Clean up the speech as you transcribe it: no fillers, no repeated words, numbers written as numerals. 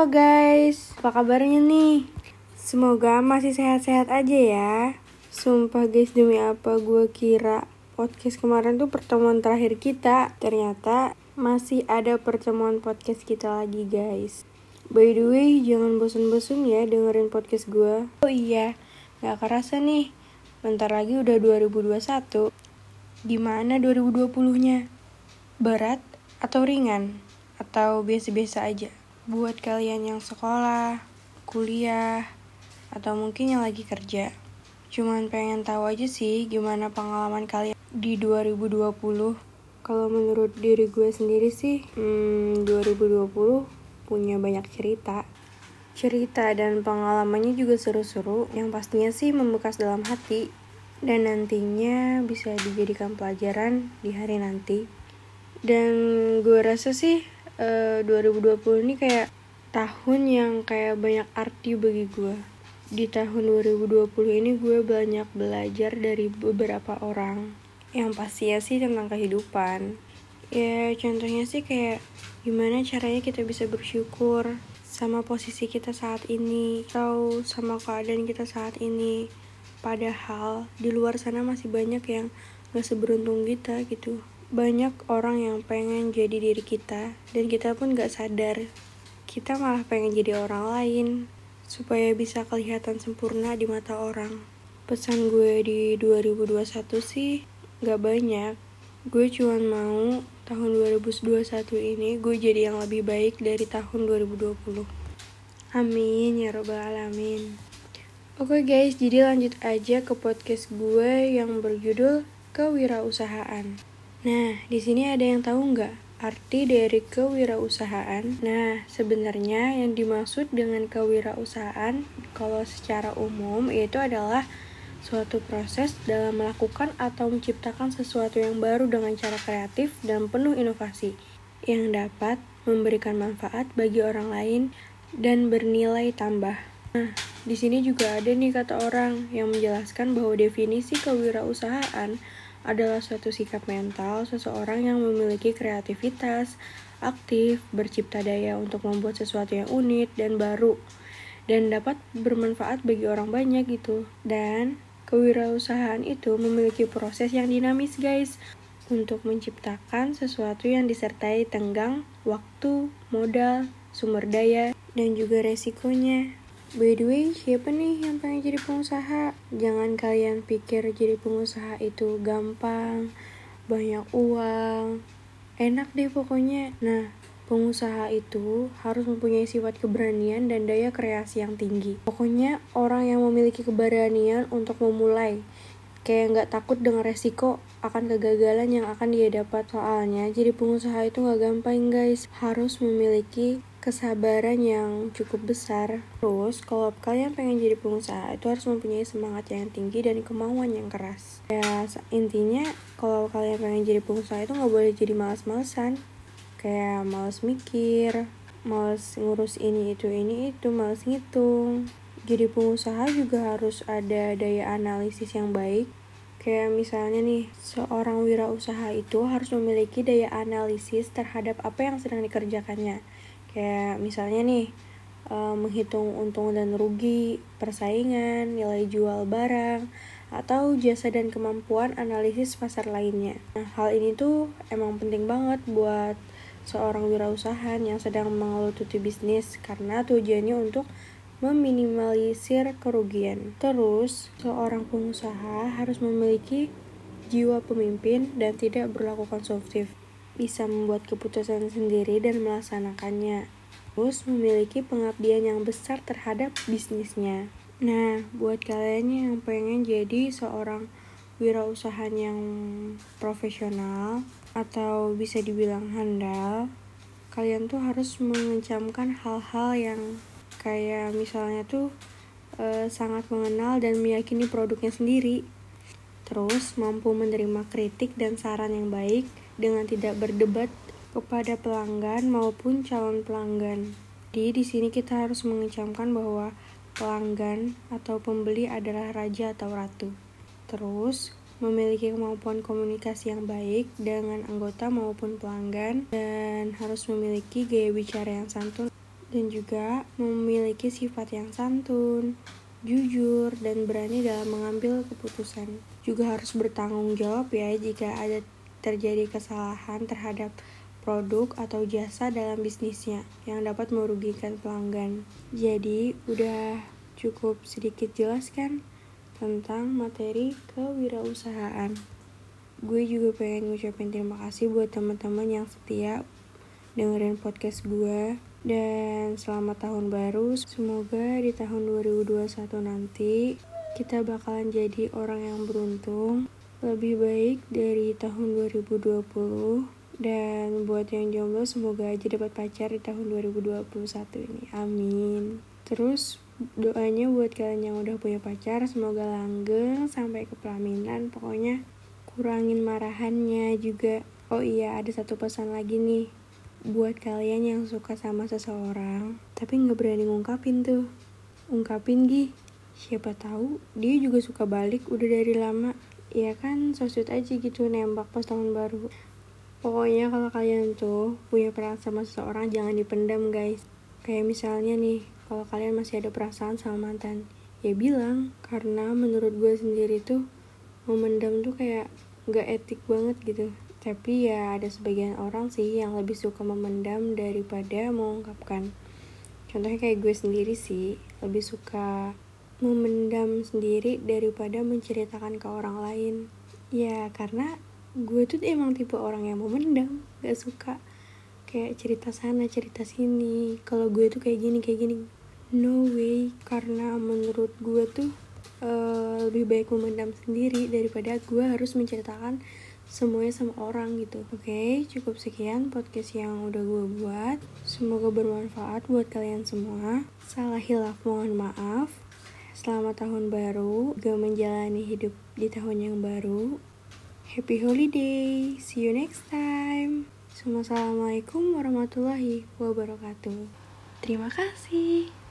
Halo guys, apa kabarnya nih? Semoga masih sehat-sehat aja ya. Sumpah guys, demi apa gue kira podcast kemarin tuh pertemuan terakhir kita. Ternyata masih ada pertemuan podcast kita lagi guys. By the way, jangan bosan-bosan ya dengerin podcast gue. Oh iya, gak kerasa nih, bentar lagi udah 2021. Gimana 2020-nya? Berat atau ringan? Atau biasa-biasa aja? Buat kalian yang sekolah, kuliah, atau mungkin yang lagi kerja. Cuman pengen tahu aja sih gimana pengalaman kalian di 2020. Kalau menurut diri gue sendiri sih, 2020 punya banyak cerita. Cerita dan pengalamannya juga seru-seru, yang pastinya sih membekas dalam hati. Dan nantinya bisa dijadikan pelajaran di hari nanti. Dan gue rasa sih 2020 ini kayak tahun yang kayak banyak arti bagi gue. Di tahun 2020 ini gue banyak belajar dari beberapa orang. Yang pastinya sih tentang kehidupan. Ya contohnya sih kayak gimana caranya kita bisa bersyukur sama posisi kita saat ini, atau sama keadaan kita saat ini. Padahal di luar sana masih banyak yang gak seberuntung kita gitu. Banyak orang yang pengen jadi diri kita, dan kita pun gak sadar. Kita malah pengen jadi orang lain, supaya bisa kelihatan sempurna di mata orang. Pesan gue di 2021 sih gak banyak. Gue cuma mau tahun 2021 ini gue jadi yang lebih baik dari tahun 2020. Amin ya robbal alamin. Oke guys, jadi lanjut aja ke podcast gue yang berjudul Kewirausahaan. Nah, di sini ada yang tahu nggak arti dari kewirausahaan? Nah, sebenarnya yang dimaksud dengan kewirausahaan kalau secara umum itu adalah suatu proses dalam melakukan atau menciptakan sesuatu yang baru dengan cara kreatif dan penuh inovasi yang dapat memberikan manfaat bagi orang lain dan bernilai tambah. Nah, di sini juga ada nih kata orang yang menjelaskan bahwa definisi kewirausahaan adalah suatu sikap mental seseorang yang memiliki kreativitas, aktif, bercipta daya untuk membuat sesuatu yang unik dan baru, dan dapat bermanfaat bagi orang banyak gitu. Dan kewirausahaan itu memiliki proses yang dinamis guys, untuk menciptakan sesuatu yang disertai tenggang, waktu, modal, sumber daya, dan juga resikonya. By the way, siapa nih yang pengen jadi pengusaha? Jangan kalian pikir jadi pengusaha itu gampang, banyak uang, enak deh pokoknya. Nah, pengusaha itu harus mempunyai sifat keberanian dan daya kreasi yang tinggi. Pokoknya orang yang memiliki keberanian untuk memulai, kayak gak takut dengan resiko akan kegagalan yang akan dia dapat. Soalnya jadi pengusaha itu gak gampang guys, harus memiliki kesabaran yang cukup besar. Terus kalau kalian pengen jadi pengusaha itu harus mempunyai semangat yang tinggi dan kemauan yang keras. Ya intinya kalau kalian pengen jadi pengusaha itu gak boleh jadi malas-malesan, kayak malas mikir, malas ngurus ini itu, malas ngitung. Jadi pengusaha juga harus ada daya analisis yang baik. Kayak misalnya nih, seorang wirausaha itu harus memiliki daya analisis terhadap apa yang sedang dikerjakannya. Kayak misalnya nih, menghitung untung dan rugi, persaingan, nilai jual barang, atau jasa dan kemampuan analisis pasar lainnya. Nah, hal ini tuh emang penting banget buat seorang wirausahaan yang sedang menggeluti bisnis, karena tujuannya untuk meminimalisir kerugian. Terus, seorang pengusaha harus memiliki jiwa pemimpin dan tidak berlaku konsumtif, bisa membuat keputusan sendiri dan melaksanakannya. Terus memiliki pengabdian yang besar terhadap bisnisnya. Nah, buat kalian yang pengen jadi seorang wirausahaan yang profesional atau bisa dibilang handal, kalian tuh harus mengencamkan hal-hal yang kayak misalnya tuh sangat mengenal dan meyakini produknya sendiri. Terus mampu menerima kritik dan saran yang baik dengan tidak berdebat kepada pelanggan maupun calon pelanggan. Jadi di sini kita harus mengencamkan bahwa pelanggan atau pembeli adalah raja atau ratu. Terus memiliki kemampuan komunikasi yang baik dengan anggota maupun pelanggan, dan harus memiliki gaya bicara yang santun dan juga memiliki sifat yang santun, jujur, dan berani dalam mengambil keputusan. Juga harus bertanggung jawab ya jika ada terjadi kesalahan terhadap produk atau jasa dalam bisnisnya yang dapat merugikan pelanggan. Jadi, udah cukup sedikit jelas kan tentang materi kewirausahaan. Gue juga pengen ngucapin terima kasih buat teman-teman yang setia dengerin podcast gue. Dan selamat tahun baru. Semoga di tahun 2021 nanti kita bakalan jadi orang yang beruntung, lebih baik dari tahun 2020. Dan buat yang jomblo semoga aja dapat pacar di tahun 2021 ini. Amin. Terus doanya buat kalian yang udah punya pacar, semoga langgeng sampai ke pelaminan. Pokoknya kurangin marahannya juga. Oh iya, ada satu pesan lagi nih. Buat kalian yang suka sama seseorang tapi gak berani ngungkapin tuh, ungkapin siapa tahu dia juga suka balik udah dari lama. Ya kan, so sweet aja gitu nembak pas tahun baru. Pokoknya kalau kalian tuh punya perasaan sama seseorang jangan dipendam guys. Kayak misalnya nih, kalau kalian masih ada perasaan sama mantan, ya bilang. Karena menurut gue sendiri tuh memendam tuh kayak gak etik banget gitu. Tapi ya ada sebagian orang sih yang lebih suka memendam daripada mengungkapkan. Contohnya kayak gue sendiri sih, lebih suka memendam sendiri daripada menceritakan ke orang lain. Ya karena gue tuh emang tipe orang yang memendam, gak suka kayak cerita sana cerita sini. Kalau gue tuh kayak gini, no way. Karena menurut gue tuh lebih baik memendam sendiri daripada gue harus menceritakan semuanya sama orang gitu. Oke, cukup sekian podcast yang udah gue buat. Semoga bermanfaat buat kalian semua. Salah hilaf mohon maaf. Selamat tahun baru, juga menjalani hidup di tahun yang baru. Happy holiday, see you next time. Assalamualaikum warahmatullahi wabarakatuh. Terima kasih.